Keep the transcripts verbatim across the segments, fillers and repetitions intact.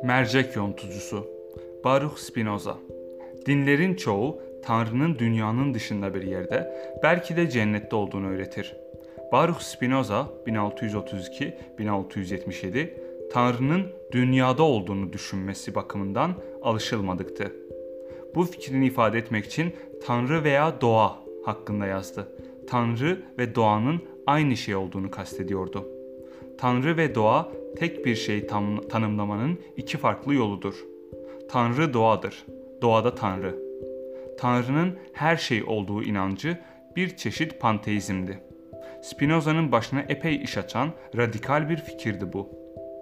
Mercek yontucusu Baruch Spinoza. Dinlerin çoğu Tanrı'nın dünyanın dışında bir yerde, belki de cennette olduğunu öğretir. Baruch Spinoza bin altı yüz otuz iki - bin altı yüz yetmiş yedi Tanrı'nın dünyada olduğunu düşünmesi bakımından alışılmadıktı. Bu fikrini ifade etmek için Tanrı veya doğa hakkında yazdı. Tanrı ve doğanın aynı şey olduğunu kastediyordu. Tanrı ve doğa tek bir şeyi tam, tanımlamanın iki farklı yoludur. Tanrı doğadır, doğada Tanrı. Tanrı'nın her şey olduğu inancı bir çeşit panteizmdi. Spinoza'nın başına epey iş açan radikal bir fikirdi bu.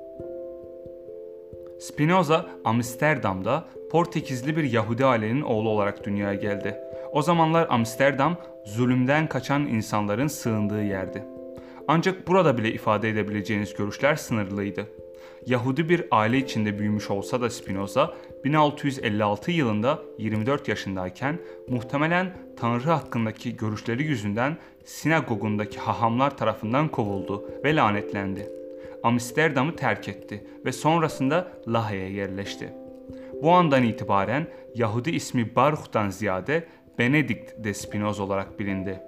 Spinoza, Amsterdam'da Portekizli bir Yahudi ailenin oğlu olarak dünyaya geldi. O zamanlar Amsterdam, zulümden kaçan insanların sığındığı yerdi. Ancak burada bile ifade edebileceğiniz görüşler sınırlıydı. Yahudi bir aile içinde büyümüş olsa da Spinoza, bin altı yüz elli altı yılında yirmi dört yaşındayken muhtemelen Tanrı hakkındaki görüşleri yüzünden sinagogundaki hahamlar tarafından kovuldu ve lanetlendi. Amsterdam'ı terk etti ve sonrasında Lahey'e yerleşti. Bu andan itibaren Yahudi ismi Baruch'tan ziyade Benedict de Spinoza olarak bilindi.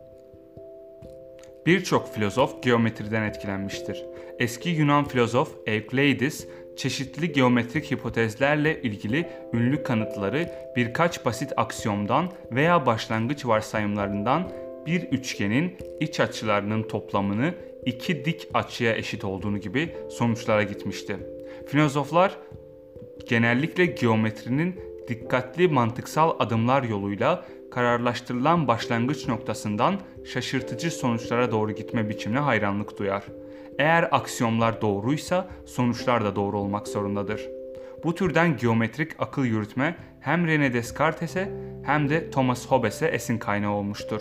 Birçok filozof geometriden etkilenmiştir. Eski Yunan filozof Evkleides, çeşitli geometrik hipotezlerle ilgili ünlü kanıtları birkaç basit aksiyomdan veya başlangıç varsayımlarından bir üçgenin iç açılarının toplamını iki dik açıya eşit olduğunu gibi sonuçlara gitmişti. Filozoflar genellikle geometrinin dikkatli mantıksal adımlar yoluyla kararlaştırılan başlangıç noktasından şaşırtıcı sonuçlara doğru gitme biçimine hayranlık duyar. Eğer aksiyomlar doğruysa sonuçlar da doğru olmak zorundadır. Bu türden geometrik akıl yürütme hem René Descartes'e hem de Thomas Hobbes'e esin kaynağı olmuştur.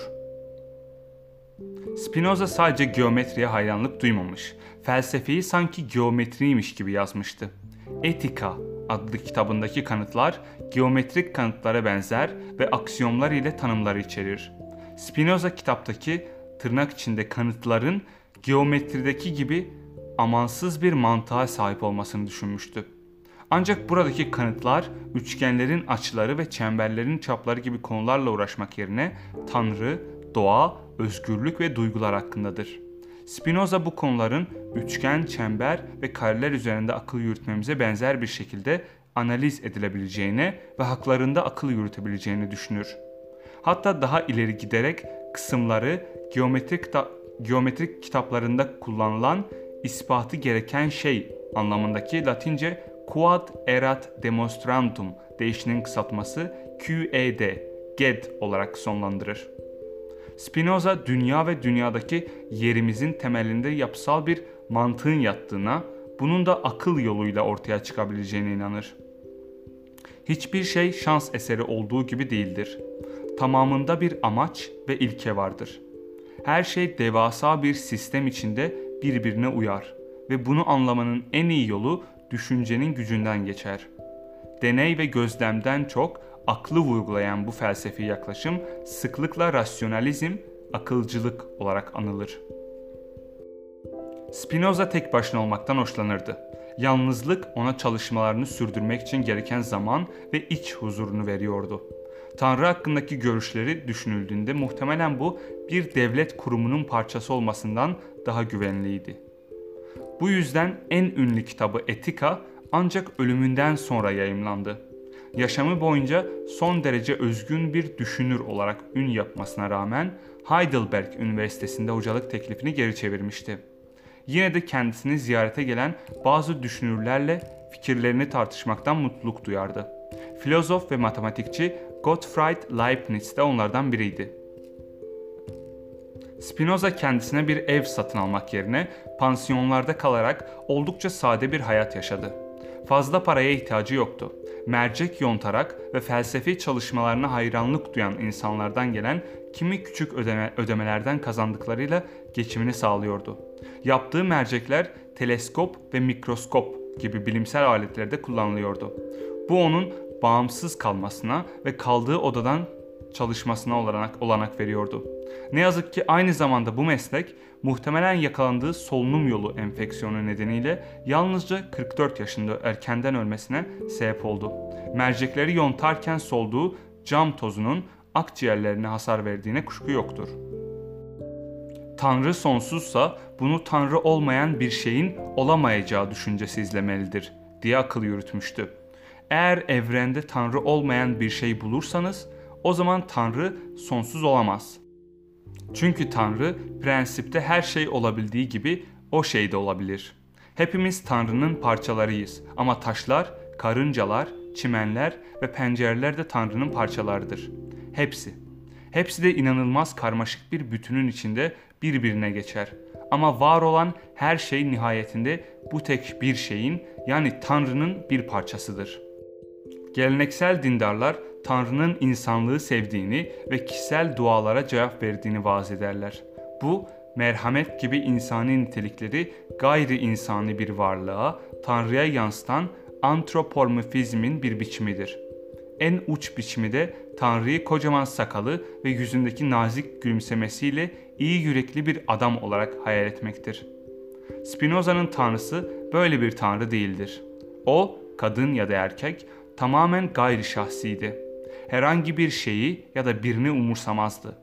Spinoza sadece geometriye hayranlık duymamış, felsefeyi sanki geometriymiş gibi yazmıştı. Etika adlı kitabındaki kanıtlar geometrik kanıtlara benzer ve aksiyomlar ile tanımları içerir. Spinoza kitaptaki tırnak içinde kanıtların geometrideki gibi amansız bir mantığa sahip olmasını düşünmüştü. Ancak buradaki kanıtlar üçgenlerin açıları ve çemberlerin çapları gibi konularla uğraşmak yerine Tanrı, doğa, özgürlük ve duygular hakkındadır. Spinoza bu konuların üçgen, çember ve kareler üzerinde akıl yürütmemize benzer bir şekilde analiz edilebileceğine ve haklarında akıl yürütebileceğini düşünür. Hatta daha ileri giderek kısımları geometrik, geometrik kitaplarında kullanılan ispatı gereken şey anlamındaki Latince quod erat demonstrandum deyişinin kısaltması Q E D, G E D olarak sonlandırır. Spinoza, dünya ve dünyadaki yerimizin temelinde yapısal bir mantığın yattığına, bunun da akıl yoluyla ortaya çıkabileceğine inanır. Hiçbir şey şans eseri olduğu gibi değildir. Tamamında bir amaç ve ilke vardır. Her şey devasa bir sistem içinde birbirine uyar ve bunu anlamanın en iyi yolu düşüncenin gücünden geçer. Deney ve gözlemden çok aklı vurgulayan bu felsefi yaklaşım sıklıkla rasyonalizm, akılcılık olarak anılır. Spinoza tek başına olmaktan hoşlanırdı. Yalnızlık ona çalışmalarını sürdürmek için gereken zaman ve iç huzurunu veriyordu. Tanrı hakkındaki görüşleri düşünüldüğünde muhtemelen bu bir devlet kurumunun parçası olmasından daha güvenliydi. Bu yüzden en ünlü kitabı Etika ancak ölümünden sonra yayımlandı. Yaşamı boyunca son derece özgün bir düşünür olarak ün yapmasına rağmen Heidelberg Üniversitesi'nde hocalık teklifini geri çevirmişti. Yine de kendisini ziyarete gelen bazı düşünürlerle fikirlerini tartışmaktan mutluluk duyardı. Filozof ve matematikçi Gottfried Leibniz de onlardan biriydi. Spinoza kendisine bir ev satın almak yerine pansiyonlarda kalarak oldukça sade bir hayat yaşadı. Fazla paraya ihtiyacı yoktu. Mercek yontarak ve felsefi çalışmalarına hayranlık duyan insanlardan gelen kimi küçük ödeme, ödemelerden kazandıklarıyla geçimini sağlıyordu. Yaptığı mercekler teleskop ve mikroskop gibi bilimsel aletlerde kullanılıyordu. Bu onun bağımsız kalmasına ve kaldığı odadan çalışmasına olanak, olanak veriyordu. Ne yazık ki aynı zamanda bu meslek muhtemelen yakalandığı solunum yolu enfeksiyonu nedeniyle yalnızca kırk dört yaşında erkenden ölmesine sebep oldu. Mercekleri yontarken solduğu cam tozunun akciğerlerine hasar verdiğine kuşku yoktur. Tanrı sonsuzsa bunu Tanrı olmayan bir şeyin olamayacağı düşüncesi izlemelidir diye akıl yürütmüştü. Eğer evrende Tanrı olmayan bir şey bulursanız o zaman Tanrı sonsuz olamaz. Çünkü Tanrı prensipte her şey olabildiği gibi o şey de olabilir. Hepimiz Tanrı'nın parçalarıyız ama taşlar, karıncalar, çimenler ve pencereler de Tanrı'nın parçalarıdır. Hepsi. Hepsi de inanılmaz karmaşık bir bütünün içinde birbirine geçer. Ama var olan her şey nihayetinde bu tek bir şeyin, yani Tanrı'nın bir parçasıdır. Geleneksel dindarlar Tanrı'nın insanlığı sevdiğini ve kişisel dualara cevap verdiğini vaaz ederler. Bu, merhamet gibi insani nitelikleri gayri insani bir varlığa, Tanrı'ya yansıtan antropomorfizmin bir biçimidir. En uç biçimi de Tanrı'yı kocaman sakalı ve yüzündeki nazik gülümsemesiyle iyi yürekli bir adam olarak hayal etmektir. Spinoza'nın Tanrısı böyle bir Tanrı değildir. O, kadın ya da erkek, tamamen gayri şahsiydi. Herhangi bir şeyi ya da birini umursamazdı.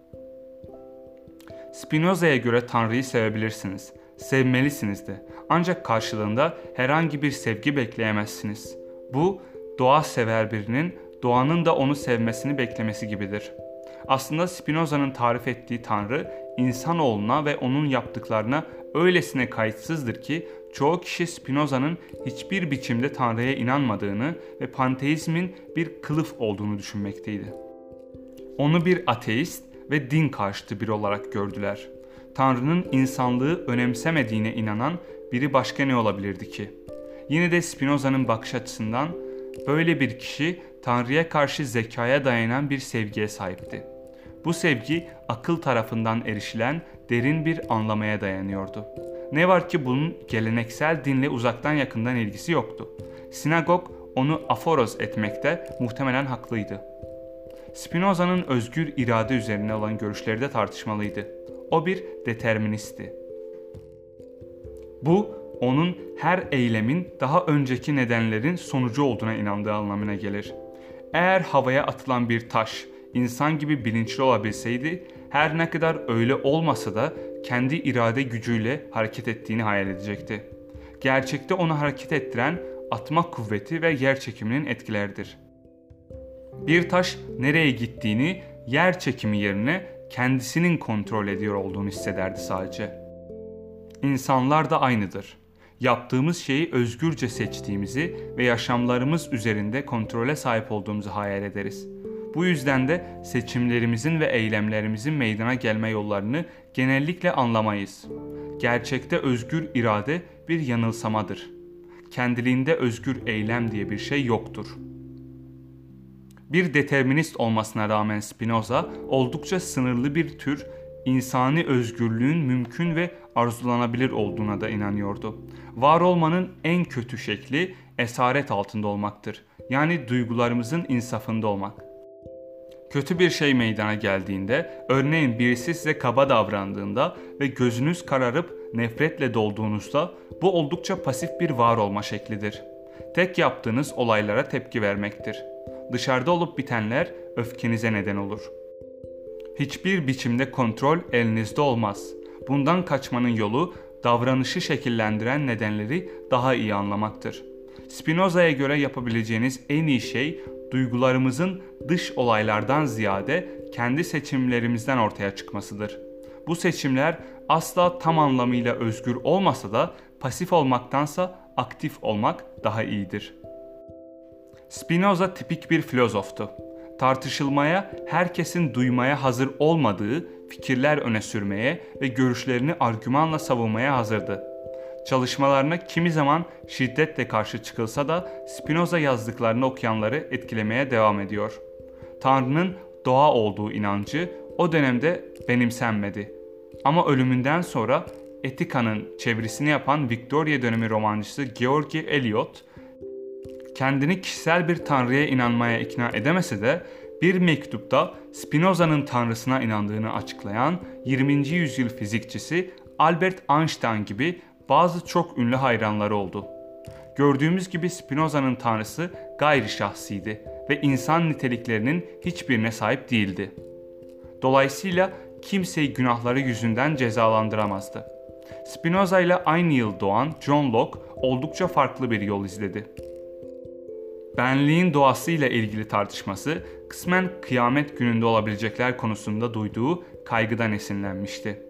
Spinoza'ya göre Tanrı'yı sevebilirsiniz, sevmelisiniz de. Ancak karşılığında herhangi bir sevgi bekleyemezsiniz. Bu, doğa sever birinin doğanın da onu sevmesini beklemesi gibidir. Aslında Spinoza'nın tarif ettiği Tanrı, insanoğluna ve onun yaptıklarına öylesine kayıtsızdır ki çoğu kişi Spinoza'nın hiçbir biçimde Tanrı'ya inanmadığını ve panteizmin bir kılıf olduğunu düşünmekteydi. Onu bir ateist ve din karşıtı biri olarak gördüler. Tanrı'nın insanlığı önemsemediğine inanan biri başka ne olabilirdi ki? Yine de Spinoza'nın bakış açısından böyle bir kişi Tanrı'ya karşı zekaya dayanan bir sevgiye sahipti. Bu sevgi akıl tarafından erişilen derin bir anlamaya dayanıyordu. Ne var ki bunun geleneksel dinle uzaktan yakından ilgisi yoktu. Sinagog onu aforoz etmekte muhtemelen haklıydı. Spinoza'nın özgür irade üzerine olan görüşleri de tartışmalıydı. O bir deterministti. Bu, onun her eylemin daha önceki nedenlerin sonucu olduğuna inandığı anlamına gelir. Eğer havaya atılan bir taş insan gibi bilinçli olabilseydi, her ne kadar öyle olmasa da kendi irade gücüyle hareket ettiğini hayal edecekti. Gerçekte onu hareket ettiren atma kuvveti ve yer çekiminin etkileridir. Bir taş nereye gittiğini yer çekimi yerine kendisinin kontrol ediyor olduğunu hissederdi sadece. İnsanlar da aynıdır. Yaptığımız şeyi özgürce seçtiğimizi ve yaşamlarımız üzerinde kontrole sahip olduğumuzu hayal ederiz. Bu yüzden de seçimlerimizin ve eylemlerimizin meydana gelme yollarını genellikle anlamayız. Gerçekte özgür irade bir yanılsamadır. Kendiliğinde özgür eylem diye bir şey yoktur. Bir determinist olmasına rağmen Spinoza oldukça sınırlı bir tür insani özgürlüğün mümkün ve arzulanabilir olduğuna da inanıyordu. Var olmanın en kötü şekli esaret altında olmaktır. Yani duygularımızın insafında olmak. Kötü bir şey meydana geldiğinde, örneğin birisi size kaba davrandığında ve gözünüz kararıp nefretle dolduğunuzda bu oldukça pasif bir var olma şeklidir. Tek yaptığınız olaylara tepki vermektir. Dışarıda olup bitenler öfkenize neden olur. Hiçbir biçimde kontrol elinizde olmaz. Bundan kaçmanın yolu davranışı şekillendiren nedenleri daha iyi anlamaktır. Spinoza'ya göre yapabileceğiniz en iyi şey duygularımızın dış olaylardan ziyade kendi seçimlerimizden ortaya çıkmasıdır. Bu seçimler asla tam anlamıyla özgür olmasa da pasif olmaktansa aktif olmak daha iyidir. Spinoza tipik bir filozoftu. Tartışılmaya, herkesin duymaya hazır olmadığı fikirler öne sürmeye ve görüşlerini argümanla savunmaya hazırdı. Çalışmalarına kimi zaman şiddetle karşı çıkılsa da Spinoza yazdıklarını okuyanları etkilemeye devam ediyor. Tanrı'nın doğa olduğu inancı o dönemde benimsenmedi. Ama ölümünden sonra Etika'nın çevirisini yapan Victoria dönemi romancısı George Eliot, kendini kişisel bir tanrıya inanmaya ikna edemese de Bir mektupta Spinoza'nın tanrısına inandığını açıklayan yirminci yüzyıl fizikçisi Albert Einstein gibi bazı çok ünlü hayranları oldu. Gördüğümüz gibi Spinoza'nın tanrısı gayri şahsiydi ve insan niteliklerinin hiçbirine sahip değildi. Dolayısıyla kimseyi günahları yüzünden cezalandıramazdı. Spinoza ile aynı yıl doğan John Locke oldukça farklı bir yol izledi. Benliğin doğasıyla ilgili tartışması kısmen kıyamet gününde olabilecekler konusunda duyduğu kaygıdan esinlenmişti.